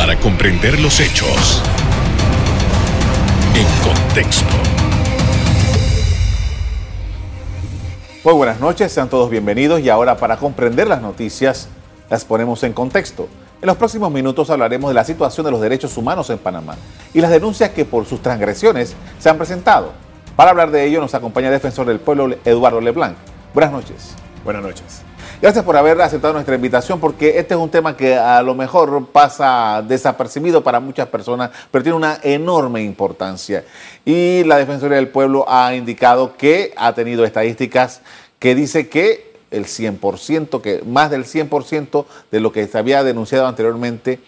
para comprender los hechos en contexto. Muy buenas noches, sean todos bienvenidos y ahora para comprender las noticias las ponemos en contexto. En los próximos minutos hablaremos de la situación de los derechos humanos en Panamá y las denuncias que por sus transgresiones se han presentado. Para hablar de ello nos acompaña el defensor del pueblo, Eduardo Leblanc. Buenas noches. Buenas noches. Gracias por haber aceptado nuestra invitación, porque este es un tema que a lo mejor pasa desapercibido para muchas personas, pero tiene una enorme importancia. Y la Defensoría del Pueblo ha indicado que ha tenido estadísticas que dice que el 100%, que más del 100% de lo que se había denunciado anteriormente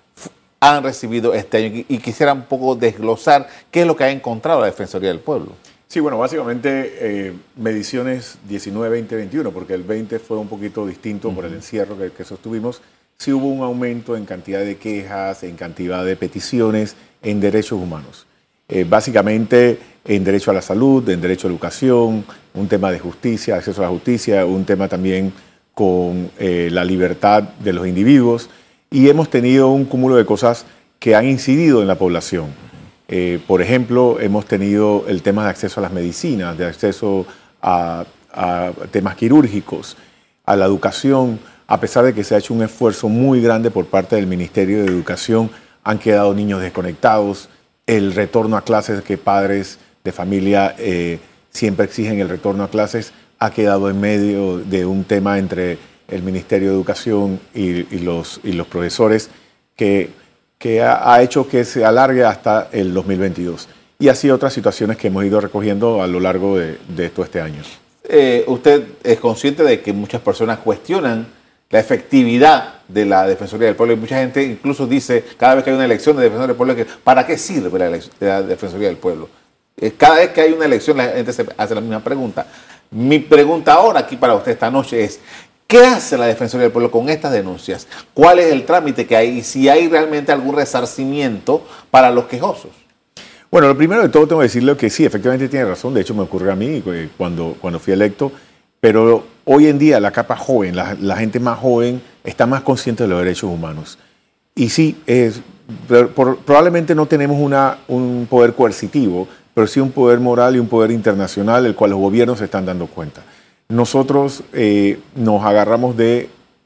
han recibido este año. Y quisiera un poco desglosar qué es lo que ha encontrado la Defensoría del Pueblo. Sí, bueno, básicamente mediciones 19, 20, 21, porque el 20 fue un poquito distinto por el encierro que sostuvimos. Sí hubo un aumento en cantidad de quejas, en cantidad de peticiones en derechos humanos. Básicamente en derecho a la salud, en derecho a la educación, un tema de justicia, acceso a la justicia, un tema también con la libertad de los individuos. Y hemos tenido un cúmulo de cosas que han incidido en la población. Por ejemplo, hemos tenido el tema de acceso a las medicinas, de acceso a temas quirúrgicos, a la educación. A pesar de que se ha hecho un esfuerzo muy grande por parte del Ministerio de Educación, han quedado niños desconectados. El retorno a clases, que padres de familia siempre exigen el retorno a clases, ha quedado en medio de un tema entre el Ministerio de Educación y los profesores que ha hecho que se alargue hasta el 2022. Y así otras situaciones que hemos ido recogiendo a lo largo de todo este año. ¿Usted es consciente de que muchas personas cuestionan la efectividad de la Defensoría del Pueblo? Y mucha gente incluso dice, cada vez que hay una elección de Defensoría del Pueblo, que ¿para qué sirve la Defensoría del Pueblo? Cada vez que hay una elección la gente se hace la misma pregunta. Mi pregunta ahora aquí para usted esta noche es, ¿qué hace la Defensoría del Pueblo con estas denuncias? ¿Cuál es el trámite que hay y si hay realmente algún resarcimiento para los quejosos? Bueno, lo primero de todo tengo que decirle que sí, efectivamente tiene razón. De hecho, me ocurrió a mí cuando fui electo. Pero hoy en día la capa joven, la gente más joven, está más consciente de los derechos humanos. Y sí, probablemente no tenemos un poder coercitivo, pero sí un poder moral y un poder internacional, el cual los gobiernos se están dando cuenta. Nosotros nos agarramos de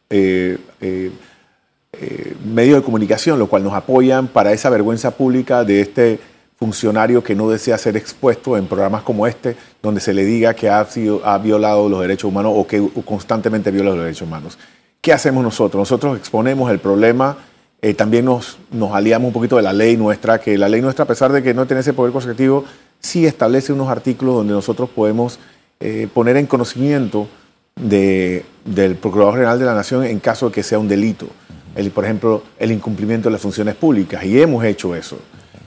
medios de comunicación, lo cual nos apoyan para esa vergüenza pública de este funcionario que no desea ser expuesto en programas como este, donde se le diga que ha violado los derechos humanos o que constantemente viola los derechos humanos. ¿Qué hacemos nosotros? Nosotros exponemos el problema, también nos aliamos un poquito de la ley nuestra, que la ley nuestra, a pesar de que no tiene ese poder coercitivo, sí establece unos artículos donde nosotros podemos poner en conocimiento del Procurador General de la Nación en caso de que sea un delito. Por ejemplo, el incumplimiento de las funciones públicas, y hemos hecho eso.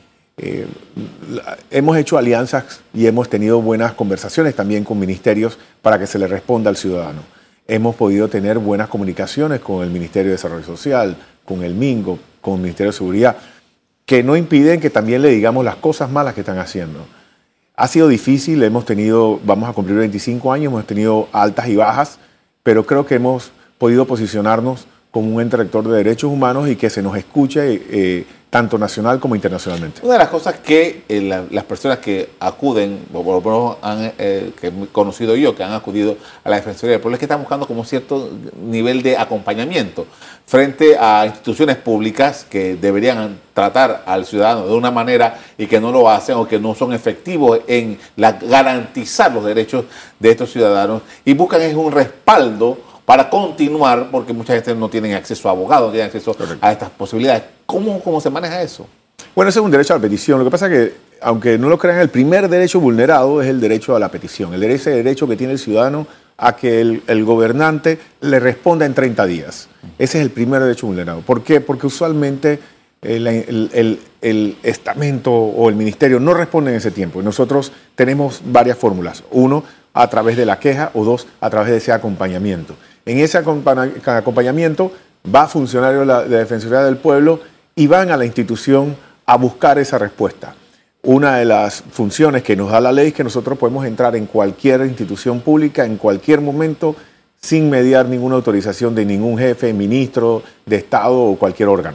Hemos hecho alianzas y hemos tenido buenas conversaciones también con ministerios para que se le responda al ciudadano. Hemos podido tener buenas comunicaciones con el Ministerio de Desarrollo Social, con el MINGO, con el Ministerio de Seguridad, que no impiden que también le digamos las cosas malas que están haciendo. Ha sido difícil, vamos a cumplir 25 años, hemos tenido altas y bajas, pero creo que hemos podido posicionarnos como un ente rector de derechos humanos y que se nos escuche tanto nacional como internacionalmente. Una de las cosas que las personas que acuden, o por lo menos que he conocido yo, que han acudido a la Defensoría del Pueblo, es que están buscando como cierto nivel de acompañamiento frente a instituciones públicas que deberían tratar al ciudadano de una manera y que no lo hacen o que no son efectivos en garantizar los derechos de estos ciudadanos, y buscan es un respaldo para continuar, porque mucha gente no tiene acceso a abogados, no tienen acceso a estas posibilidades. ¿Cómo se maneja eso? Bueno, ese es un derecho a la petición. Lo que pasa es que, aunque no lo crean, el primer derecho vulnerado es el derecho a la petición. Ese derecho que tiene el ciudadano a que el gobernante le responda en 30 días. Ese es el primer derecho vulnerado. ¿Por qué? Porque usualmente el estamento o el ministerio no responde en ese tiempo. Nosotros tenemos varias fórmulas. Uno, a través de la queja, o dos, a través de ese acompañamiento. En ese acompañamiento va funcionario de la Defensoría del Pueblo y van a la institución a buscar esa respuesta. Una de las funciones que nos da la ley es que nosotros podemos entrar en cualquier institución pública en cualquier momento sin mediar ninguna autorización de ningún jefe, ministro de Estado o cualquier órgano.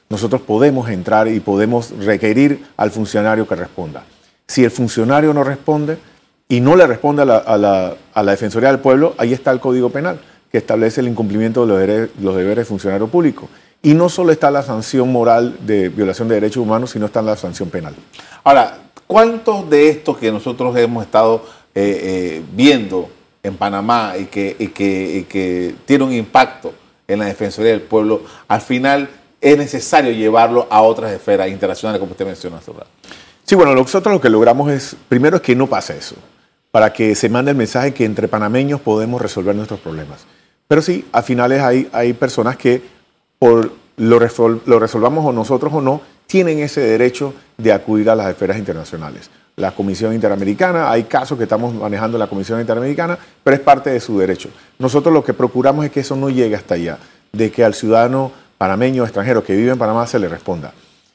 nosotros podemos entrar y podemos requerir al funcionario que responda. Si el funcionario no responde y no le responde a la Defensoría del Pueblo, ahí está el Código Penal, que establece el incumplimiento de los deberes del funcionario público. Y no solo está la sanción moral de violación de derechos humanos, sino está la sanción penal. Ahora, ¿cuántos de estos que nosotros hemos estado viendo en Panamá y que tiene un impacto en la Defensoría del Pueblo, al final es necesario llevarlo a otras esferas internacionales, como usted mencionó hace un rato? Sí, bueno, nosotros lo que logramos es, primero es que no pase eso, para que se mande el mensaje que entre panameños podemos resolver nuestros problemas. Pero sí, a finales hay personas que, por lo resolvamos o nosotros o no, tienen ese derecho de acudir a las esferas internacionales. La Comisión Interamericana, hay casos que estamos manejando en la Comisión Interamericana, pero es parte de su derecho. Nosotros lo que procuramos es que eso no llegue hasta allá, de que al ciudadano panameño o extranjero que vive en Panamá se le responda.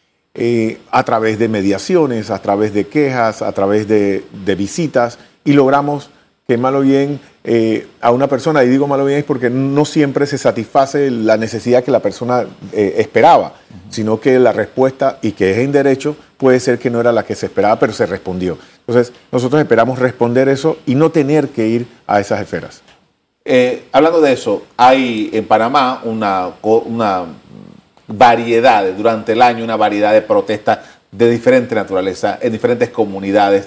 A través de mediaciones, a través de quejas, a través de visitas, y logramos que mal o bien a una persona, y digo mal o bien es porque no siempre se satisface la necesidad que la persona esperaba, sino que la respuesta, y que es en derecho, puede ser que no era la que se esperaba, pero se respondió. Entonces, nosotros esperamos responder eso y no tener que ir a esas esferas. Hablando de eso, hay en Panamá una variedad, durante el año, una variedad de protestas de diferente naturaleza en diferentes comunidades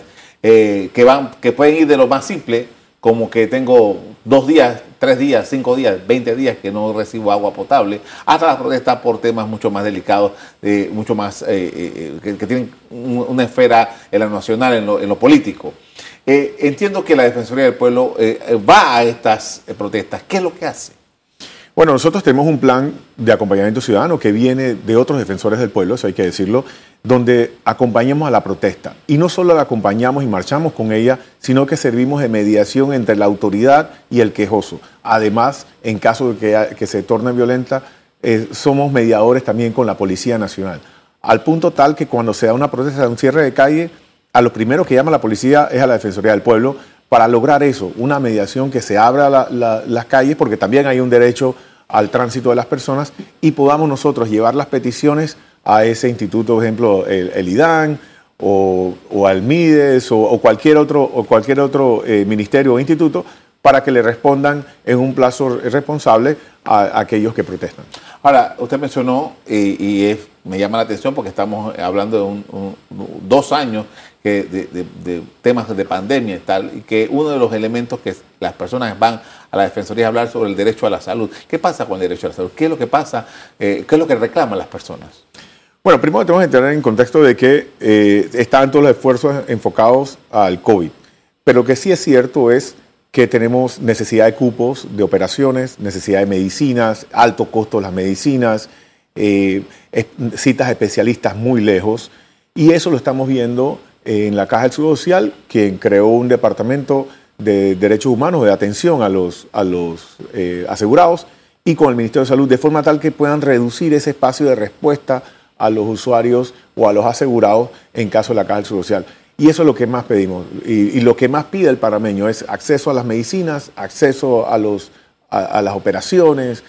que pueden ir de lo más simple, como que tengo 2 días, 3 días, 5 días, 20 días que no recibo agua potable, hasta las protestas por temas mucho más delicados, mucho más que tienen una esfera en lo nacional, en lo político. Entiendo que la Defensoría del Pueblo va a estas protestas. ¿Qué es lo que hace? Bueno, nosotros tenemos un plan de acompañamiento ciudadano que viene de otros defensores del pueblo, eso hay que decirlo, donde acompañamos a la protesta. Y no solo la acompañamos y marchamos con ella, sino que servimos de mediación entre la autoridad y el quejoso. Además, en caso de que se torne violenta, somos mediadores también con la Policía Nacional. Al punto tal que cuando se da una protesta, un cierre de calle, a lo primero que llama la policía es a la Defensoría del Pueblo para lograr eso, una mediación que se abra las calles, porque también hay un derecho al tránsito de las personas, y podamos nosotros llevar las peticiones a ese instituto, por ejemplo, el IDAN o al MIDES o cualquier otro ministerio o instituto, para que le respondan en un plazo responsable a aquellos que protestan. Ahora, usted mencionó, me llama la atención porque estamos hablando de 2 años de temas de pandemia y tal, y que uno de los elementos que las personas van a la Defensoría es hablar sobre el derecho a la salud. ¿Qué pasa con el derecho a la salud? ¿Qué es lo que pasa? ¿Qué es lo que reclaman las personas? Bueno, primero tenemos que tener en contexto de que están todos los esfuerzos enfocados al COVID, pero lo que sí es cierto es que tenemos necesidad de cupos, de operaciones, necesidad de medicinas, alto costo de las medicinas, citas de especialistas muy lejos, y eso lo estamos viendo en la Caja del Seguro Social, quien creó un departamento de derechos humanos, de atención a los asegurados, y con el Ministerio de Salud, de forma tal que puedan reducir ese espacio de respuesta a los usuarios o a los asegurados en caso de la Caja del Seguro Social. Y eso es lo que más pedimos. Y lo que más pide el panameño es acceso a las medicinas, acceso a las operaciones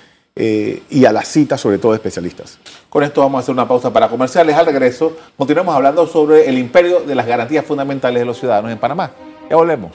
y a las citas, sobre todo de especialistas. Con esto vamos a hacer una pausa para comerciales. Al regreso, continuamos hablando sobre el imperio de las garantías fundamentales de los ciudadanos en Panamá. Ya volvemos.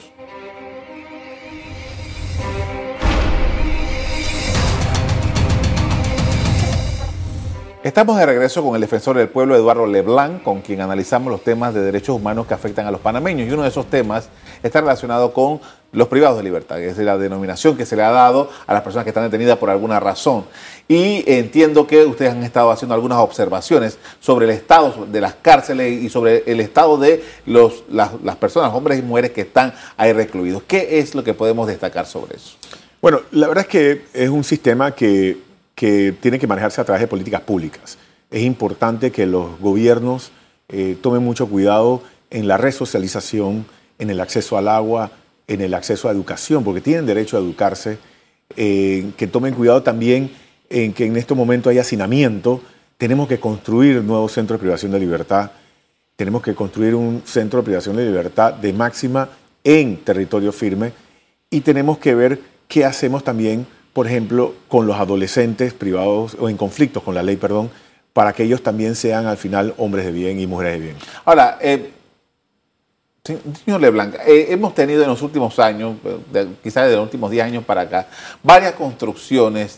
Estamos de regreso con el defensor del pueblo, Eduardo Leblanc, con quien analizamos los temas de derechos humanos que afectan a los panameños. Y uno de esos temas está relacionado con los privados de libertad, que es la denominación que se le ha dado a las personas que están detenidas por alguna razón. Y entiendo que ustedes han estado haciendo algunas observaciones sobre el estado de las cárceles y sobre el estado de las personas, hombres y mujeres que están ahí recluidos. ¿Qué es lo que podemos destacar sobre eso? Bueno, la verdad es que es un sistema que tiene que manejarse a través de políticas públicas. Es importante que los gobiernos tomen mucho cuidado en la resocialización, en el acceso al agua, en el acceso a educación, porque tienen derecho a educarse, que tomen cuidado también en que en este momento hay hacinamiento. Tenemos que construir nuevos centros de privación de libertad, tenemos que construir un centro de privación de libertad de máxima en territorio firme, y tenemos que ver qué hacemos también, por ejemplo, con los adolescentes privados o en conflictos con la ley, para que ellos también sean al final hombres de bien y mujeres de bien. Ahora, señor LeBlanc, hemos tenido en los últimos años, quizás de los últimos 10 años para acá, varias construcciones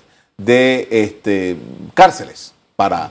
de cárceles para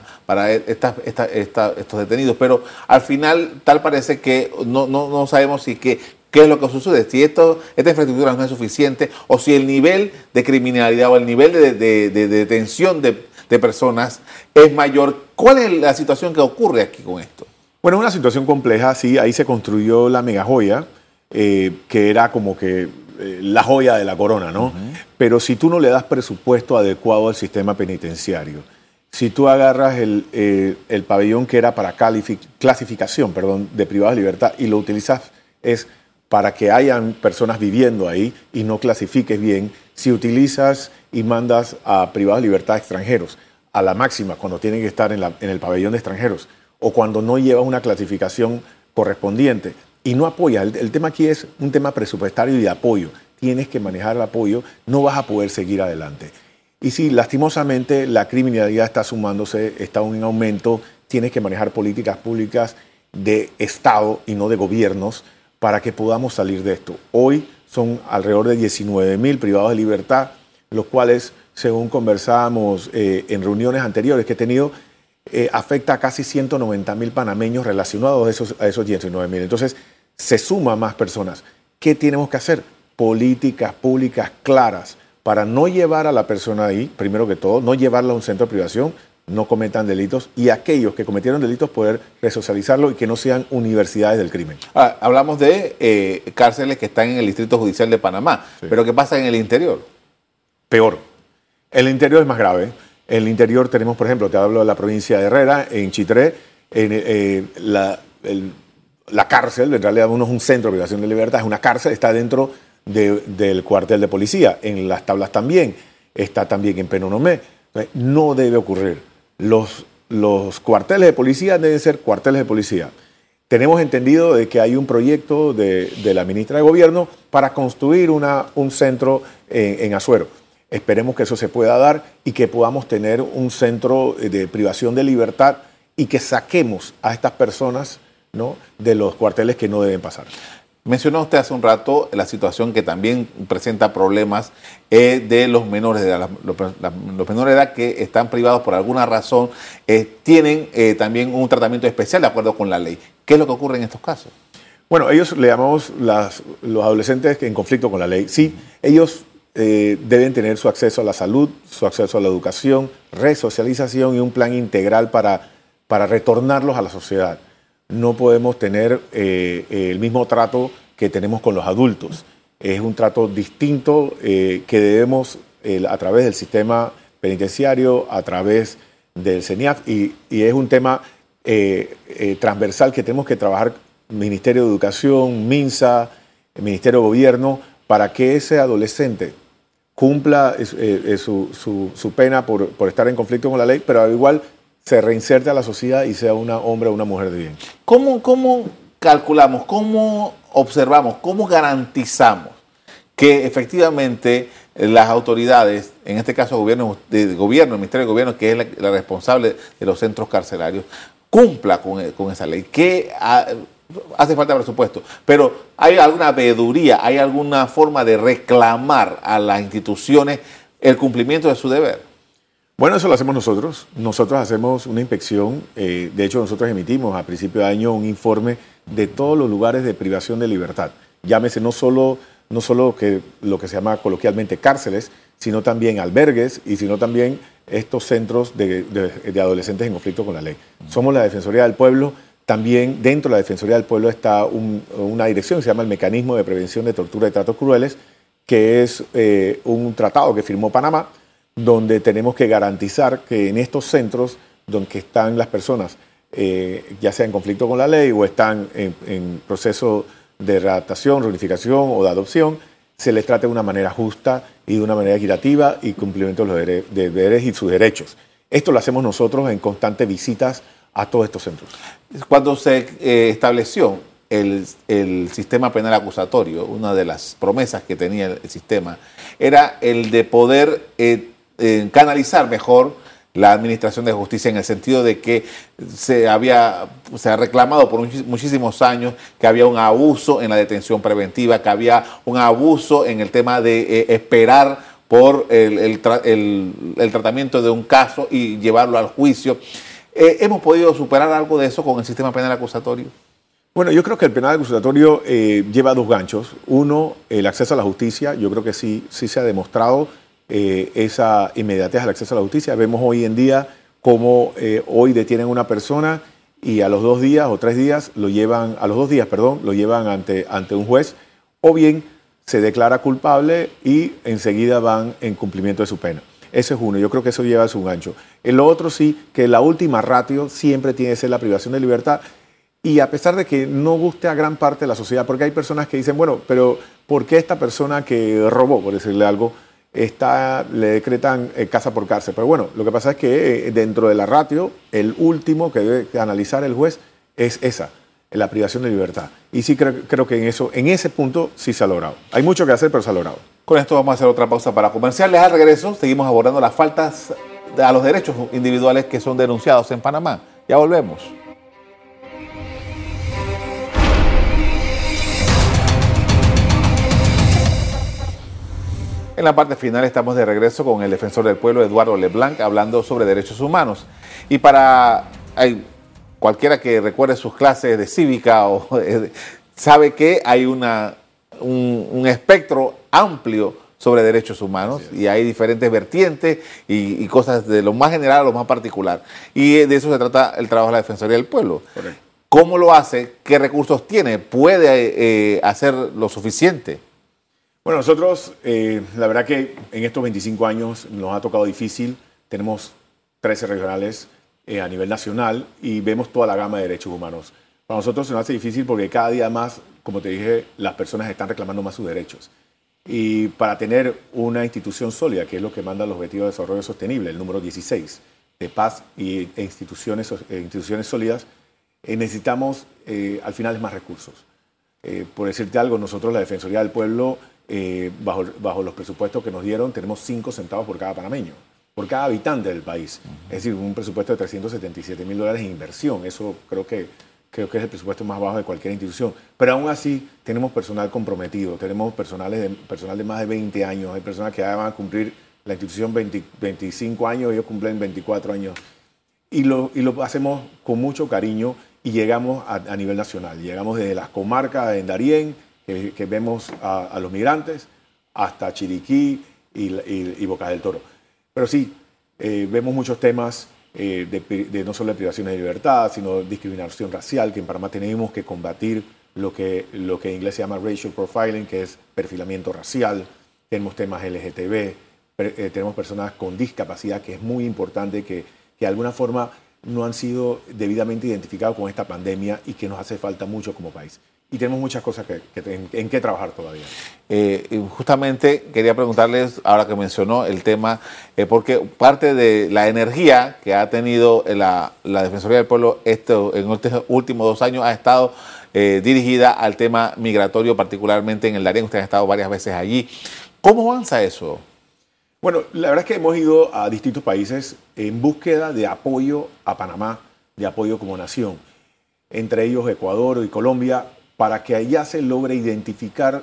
estos detenidos, pero al final tal parece que no sabemos si qué es lo que sucede, si esta infraestructura no es suficiente o si el nivel de criminalidad o el nivel de detención de personas es mayor. ¿Cuál es la situación que ocurre aquí con esto? Bueno, una situación compleja, sí, ahí se construyó la mega joya, que era como que la joya de la corona, ¿no? Pero si tú no le das presupuesto adecuado al sistema penitenciario, si tú agarras el pabellón que era para clasificación, de privados de libertad y lo utilizas para que hayan personas viviendo ahí y no clasifiques bien, si utilizas y mandas a privados de libertad extranjeros a la máxima cuando tienen que estar en el pabellón de extranjeros o cuando no llevas una clasificación correspondiente y no apoyas, el tema aquí es un tema presupuestario y de apoyo, tienes que manejar el apoyo, no vas a poder seguir adelante. Y sí, lastimosamente la criminalidad está sumándose, está en aumento, tienes que manejar políticas públicas de Estado y no de gobiernos para que podamos salir de esto. Hoy son alrededor de 19.000 privados de libertad, los cuales, según conversábamos en reuniones anteriores que he tenido, afecta a casi 190.000 panameños relacionados a esos 19.000. Entonces, se suman más personas. ¿Qué tenemos que hacer? Políticas públicas claras para no llevar a la persona ahí, primero que todo, no llevarla a un centro de privación, no cometan delitos y aquellos que cometieron delitos poder resocializarlo y que no sean universidades del crimen. Hablamos de cárceles que están en el Distrito Judicial de Panamá, sí. Pero ¿qué pasa en el interior? Peor. El interior es más grave. En el interior tenemos, por ejemplo, te hablo de la provincia de Herrera, en Chitré, la cárcel, en realidad no es un centro de privación de libertad, es una cárcel, está dentro del cuartel de policía. En Las Tablas también, está también en Penonomé. No debe ocurrir. Los cuarteles de policía deben ser cuarteles de policía. Tenemos entendido de que hay un proyecto de la ministra de Gobierno para construir un centro en Azuero. Esperemos que eso se pueda dar y que podamos tener un centro de privación de libertad y que saquemos a estas personas, ¿no?, de los cuarteles que no deben pasar. Mencionó usted hace un rato la situación que también presenta problemas de los menores de edad. Los menores de edad que están privados por alguna razón tienen también un tratamiento especial de acuerdo con la ley. ¿Qué es lo que ocurre en estos casos? Bueno, ellos le llamamos los adolescentes en conflicto con la ley. Sí, ellos deben tener su acceso a la salud, su acceso a la educación, resocialización y un plan integral para retornarlos a la sociedad. No podemos tener el mismo trato que tenemos con los adultos. Es un trato distinto que debemos, a través del sistema penitenciario, a través del CENIAF, y es un tema transversal que tenemos que trabajar Ministerio de Educación, MINSA, Ministerio de Gobierno, para que ese adolescente cumpla su pena por estar en conflicto con la ley, pero al igual se reinserte a la sociedad y sea un hombre o una mujer de bien. ¿Cómo calculamos, cómo observamos, cómo garantizamos que efectivamente las autoridades, en este caso el Ministerio de Gobierno, que es la responsable de los centros carcelarios, cumpla con esa ley? ¿Qué hace falta presupuesto? Pero ¿hay alguna veeduría, hay alguna forma de reclamar a las instituciones el cumplimiento de su deber? Bueno, eso lo hacemos nosotros. Nosotros hacemos una inspección. De hecho, nosotros emitimos a principio de año un informe de todos los lugares de privación de libertad. Llámese no solo lo que se llama coloquialmente cárceles, sino también albergues y sino también estos centros de adolescentes en conflicto con la ley. Somos la Defensoría del Pueblo. También dentro de la Defensoría del Pueblo está una dirección que se llama el Mecanismo de Prevención de Tortura y Tratos Crueles, que es un tratado que firmó Panamá, donde tenemos que garantizar que en estos centros donde están las personas, ya sea en conflicto con la ley o están en proceso de readaptación, reunificación o de adopción, se les trate de una manera justa y de una manera equitativa y cumplimiento de los deberes y sus derechos. Esto lo hacemos nosotros en constantes visitas a todos estos centros. Cuando se estableció el sistema penal acusatorio, una de las promesas que tenía el sistema era el de poder canalizar mejor la administración de justicia, en el sentido de que se ha reclamado por muchísimos años que había un abuso en la detención preventiva, que había un abuso en el tema de esperar por el tratamiento de un caso y llevarlo al juicio. ¿Hemos podido superar algo de eso con el sistema penal acusatorio? Bueno, yo creo que el penal acusatorio lleva dos ganchos. Uno, el acceso a la justicia. Yo creo que sí se ha demostrado esa inmediatez al acceso a la justicia. Vemos hoy en día cómo hoy detienen a una persona y a los 2 días o 3 días lo llevan, a los 2 días, perdón, lo llevan ante un juez, o bien se declara culpable y enseguida van en cumplimiento de su pena. Ese es uno, yo creo que eso lleva su gancho. El otro sí, que la última ratio siempre tiene que ser la privación de libertad, y a pesar de que no guste a gran parte de la sociedad, porque hay personas que dicen, bueno, pero ¿por qué esta persona que robó, por decirle algo, le decretan casa por cárcel? Pero bueno, lo que pasa es que dentro de la ratio, el último que debe analizar el juez es esa, la privación de libertad. Y sí creo que en ese punto sí se ha logrado. Hay mucho que hacer, pero se ha logrado. Con esto vamos a hacer otra pausa para comerciales. Al regreso seguimos abordando las faltas a los derechos individuales que son denunciados en Panamá. Ya volvemos. En la parte final estamos de regreso con el defensor del pueblo, Eduardo LeBlanc, hablando sobre derechos humanos. Y para cualquiera que recuerde sus clases de cívica sabe que hay un espectro amplio sobre derechos humanos y hay diferentes vertientes y cosas de lo más general a lo más particular. Y de eso se trata el trabajo de la Defensoría del Pueblo. Correcto. ¿Cómo lo hace? ¿Qué recursos tiene? ¿Puede hacer lo suficiente? Bueno, nosotros, la verdad que en estos 25 años nos ha tocado difícil. Tenemos 13 regionales a nivel nacional y vemos toda la gama de derechos humanos. Para nosotros se nos hace difícil porque cada día más, como te dije, las personas están reclamando más sus derechos. Y para tener una institución sólida, que es lo que manda los Objetivos de Desarrollo Sostenible, el número 16, de paz e instituciones sólidas, necesitamos al final más recursos. Por decirte algo, nosotros la Defensoría del Pueblo, bajo los presupuestos que nos dieron, tenemos 5 centavos por cada panameño, por cada habitante del país. Es decir, un presupuesto de $377,000 en inversión. Eso creo que es el presupuesto más bajo de cualquier institución. Pero aún así tenemos personal comprometido, tenemos personal de más de 20 años, hay personas que ya van a cumplir la institución 25 años, ellos cumplen 24 años. Y lo hacemos con mucho cariño y llegamos a nivel nacional. Llegamos desde las comarcas de Darién, que vemos a los migrantes, hasta Chiriquí y Bocas del Toro. Pero sí, vemos muchos temas de no solo de privación de libertad, sino discriminación racial, que en Panamá tenemos que combatir lo que en inglés se llama racial profiling, que es perfilamiento racial. Tenemos temas LGTB, tenemos personas con discapacidad, que es muy importante, que de alguna forma no han sido debidamente identificados con esta pandemia y que nos hace falta mucho como país. Y tenemos muchas cosas en que trabajar todavía. Justamente quería preguntarles, ahora que mencionó el tema, porque parte de la energía que ha tenido la Defensoría del Pueblo en estos últimos 2 años ha estado dirigida al tema migratorio, particularmente en el Darién. Ustedes han estado varias veces allí. ¿Cómo avanza eso? Bueno, la verdad es que hemos ido a distintos países en búsqueda de apoyo a Panamá, de apoyo como nación, entre ellos Ecuador y Colombia, para que allá se logre identificar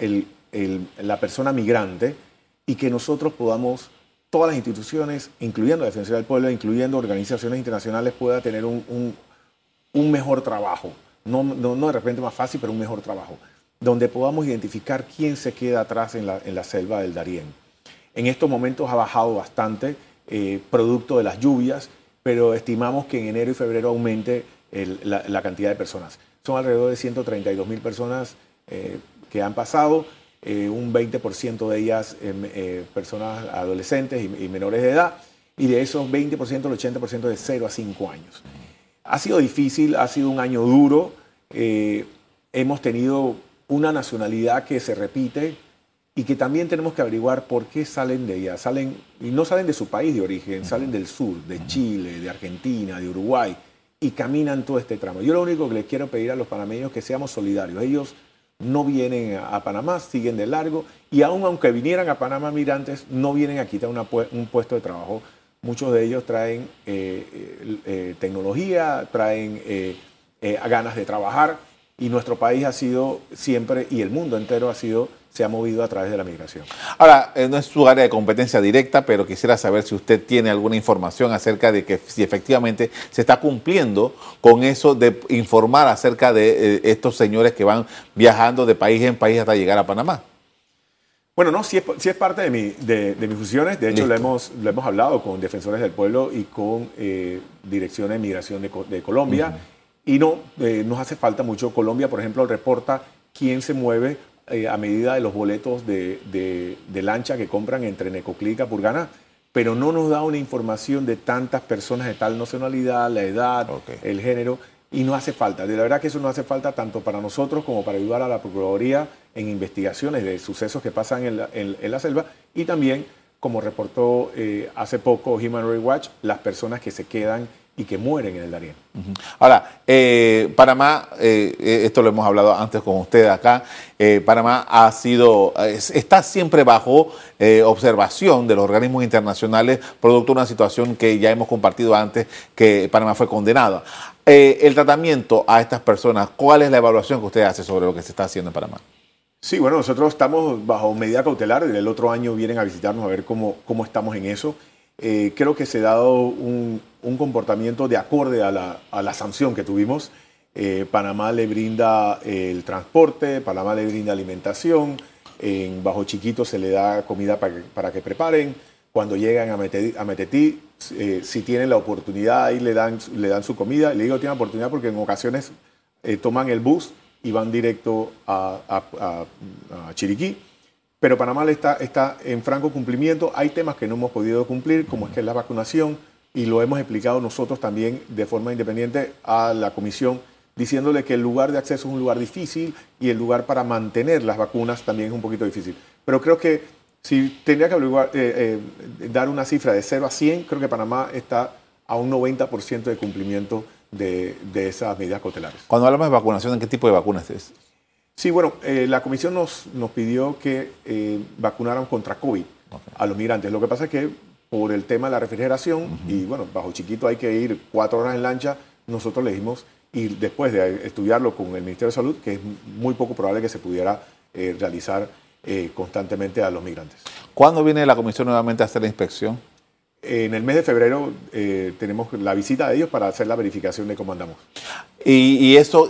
la persona migrante y que nosotros podamos, todas las instituciones, incluyendo la Defensoría del Pueblo, incluyendo organizaciones internacionales, pueda tener un mejor trabajo. No de repente más fácil, pero un mejor trabajo, donde podamos identificar quién se queda atrás en la selva del Darién. En estos momentos ha bajado bastante, producto de las lluvias, pero estimamos que en enero y febrero aumente la cantidad de personas. Son alrededor de 132,000 personas que han pasado, un 20% de ellas personas adolescentes y menores de edad, y de esos 20%, el 80% de 0 a 5 años. Ha sido difícil, ha sido un año duro, hemos tenido una nacionalidad que se repite y que también tenemos que averiguar por qué salen de ella. Y no salen de su país de origen, salen del sur, de Chile, de Argentina, de Uruguay, y caminan todo este tramo. Yo lo único que les quiero pedir a los panameños es que seamos solidarios. Ellos no vienen a Panamá, siguen de largo, y aún aunque vinieran a Panamá migrantes, no vienen a quitar un puesto de trabajo muchos de ellos traen tecnología, traen ganas de trabajar, y nuestro país ha sido siempre, y el mundo entero se ha movido a través de la migración. Ahora, no es su área de competencia directa, pero quisiera saber si usted tiene alguna información acerca de que si efectivamente se está cumpliendo con eso de informar acerca de estos señores que van viajando de país en país hasta llegar a Panamá. Bueno, no, sí es parte de mis funciones. De hecho, lo hemos hablado con defensores del pueblo y con Dirección de Migración de Colombia. Y no, nos hace falta mucho. Colombia, por ejemplo, reporta quién se mueve a medida de los boletos de lancha que compran entre Necoclí y Capurganá, pero no nos da una información de tantas personas de tal nacionalidad, la edad, el género, y no hace falta. De la verdad que eso no hace falta tanto para nosotros como para ayudar a la Procuraduría en investigaciones de sucesos que pasan en la selva, y también, como reportó hace poco Human Rights Watch, las personas que se quedan y que mueren en el Darién. Ahora, Panamá, esto lo hemos hablado antes con ustedes acá, Panamá está siempre bajo observación de los organismos internacionales, producto de una situación que ya hemos compartido antes, que Panamá fue condenado. El tratamiento a estas personas, ¿cuál es la evaluación que usted hace sobre lo que se está haciendo en Panamá? Sí, bueno, nosotros estamos bajo medida cautelar. El otro año vienen a visitarnos a ver cómo estamos en eso. Creo que se ha dado un comportamiento de acorde a la sanción que tuvimos. Panamá le brinda el transporte, Panamá le brinda alimentación, en Bajo Chiquito se le da comida para que preparen. Cuando llegan a Metetí, si tienen la oportunidad, ahí le dan su comida. Le digo tienen oportunidad porque en ocasiones toman el bus y van directo a Chiriquí. Pero Panamá está en franco cumplimiento. Hay temas que no hemos podido cumplir, como es que es la vacunación, y lo hemos explicado nosotros también de forma independiente a la comisión, diciéndole que el lugar de acceso es un lugar difícil y el lugar para mantener las vacunas también es un poquito difícil. Pero creo que si tendría que dar una cifra de 0 a 100, creo que Panamá está a un 90% de cumplimiento de esas medidas cautelares. Cuando hablamos de vacunación, ¿en qué tipo de vacunas es? Sí, bueno, la comisión nos pidió que vacunaran contra COVID a los migrantes. Lo que pasa es que por el tema de la refrigeración, y bueno, Bajo Chiquito hay que ir 4 horas en lancha, nosotros le dijimos, y después de estudiarlo con el Ministerio de Salud, que es muy poco probable que se pudiera realizar constantemente a los migrantes. ¿Cuándo viene la comisión nuevamente a hacer la inspección? En el mes de febrero tenemos la visita de ellos para hacer la verificación de cómo andamos. Y eso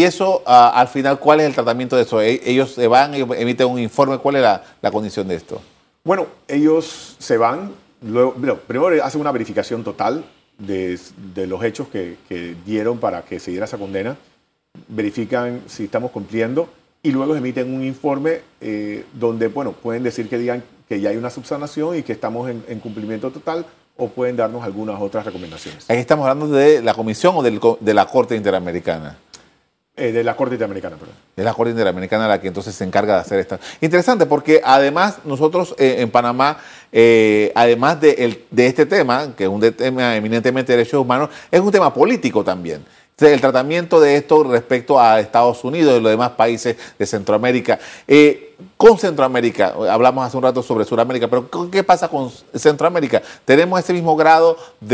al final, ¿cuál es el tratamiento de eso? Ellos se van, ellos emiten un informe. ¿Cuál es la condición de esto? Bueno, ellos se van, luego, primero hacen una verificación total de los hechos que dieron para que se diera esa condena, verifican si estamos cumpliendo y luego emiten un informe donde, bueno, pueden decir que digan que ya hay una subsanación y que estamos en cumplimiento total, o pueden darnos algunas otras recomendaciones. Aquí estamos hablando de la comisión o de la Corte Interamericana. De la Corte Interamericana, perdón. Es la Corte Interamericana la que entonces se encarga de hacer esto. Interesante, porque además nosotros en Panamá, además de este tema, que es un tema eminentemente de derechos humanos, es un tema político también. El tratamiento de esto respecto a Estados Unidos y los demás países de Centroamérica. Con Centroamérica, hablamos hace un rato sobre Sudamérica, pero ¿qué pasa con Centroamérica? ¿Tenemos ese mismo grado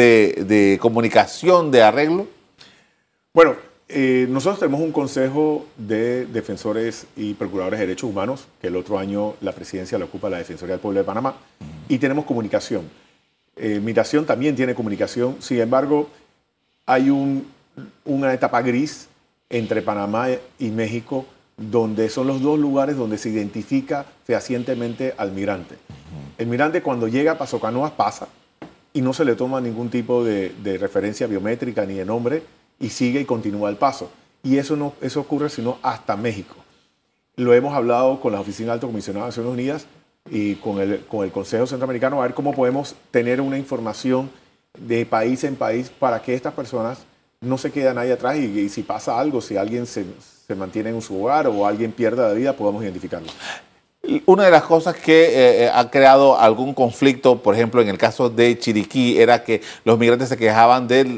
de comunicación, de arreglo? Bueno, nosotros tenemos un consejo de defensores y procuradores de derechos humanos, que el otro año la presidencia la ocupa la Defensoría del Pueblo de Panamá, y tenemos comunicación. Migración también tiene comunicación, sin embargo, hay una etapa gris entre Panamá y México, donde son los dos lugares donde se identifica fehacientemente al migrante. El migrante cuando llega a Paso Canoas pasa y no se le toma ningún tipo de referencia biométrica ni de nombre y sigue y continúa el paso. Y eso ocurre sino hasta México. Lo hemos hablado con la Oficina Alto Comisionado de Naciones Unidas y con el Consejo Centroamericano a ver cómo podemos tener una información de país en país para que estas personas no se quede nadie atrás y si pasa algo, si alguien se mantiene en su hogar o alguien pierde la vida, podamos identificarlo. Una de las cosas que ha creado algún conflicto, por ejemplo, en el caso de Chiriquí, era que los migrantes se quejaban de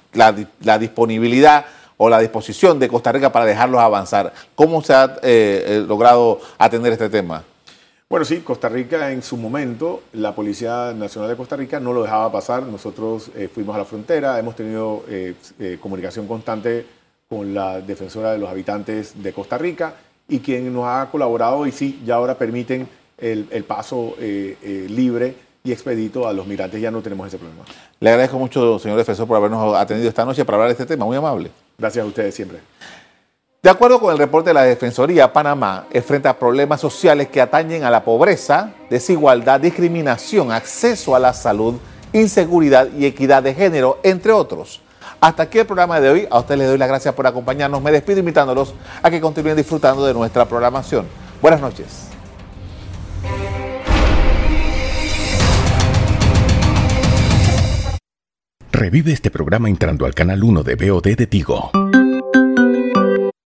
la disponibilidad o la disposición de Costa Rica para dejarlos avanzar. ¿Cómo se ha logrado atender este tema? Bueno, sí, Costa Rica en su momento, la Policía Nacional de Costa Rica no lo dejaba pasar. Nosotros fuimos a la frontera, hemos tenido comunicación constante con la defensora de los habitantes de Costa Rica y quien nos ha colaborado y sí, ya ahora permiten el paso libre y expedito a los migrantes. Ya no tenemos ese problema. Le agradezco mucho, señor defensor, por habernos atendido esta noche para hablar de este tema. Muy amable. Gracias a ustedes siempre. De acuerdo con el reporte de la Defensoría, Panamá enfrenta problemas sociales que atañen a la pobreza, desigualdad, discriminación, acceso a la salud, inseguridad y equidad de género, entre otros. Hasta aquí el programa de hoy. A ustedes les doy las gracias por acompañarnos. Me despido invitándolos a que continúen disfrutando de nuestra programación. Buenas noches. Revive este programa entrando al canal 1 de VOD de Tigo.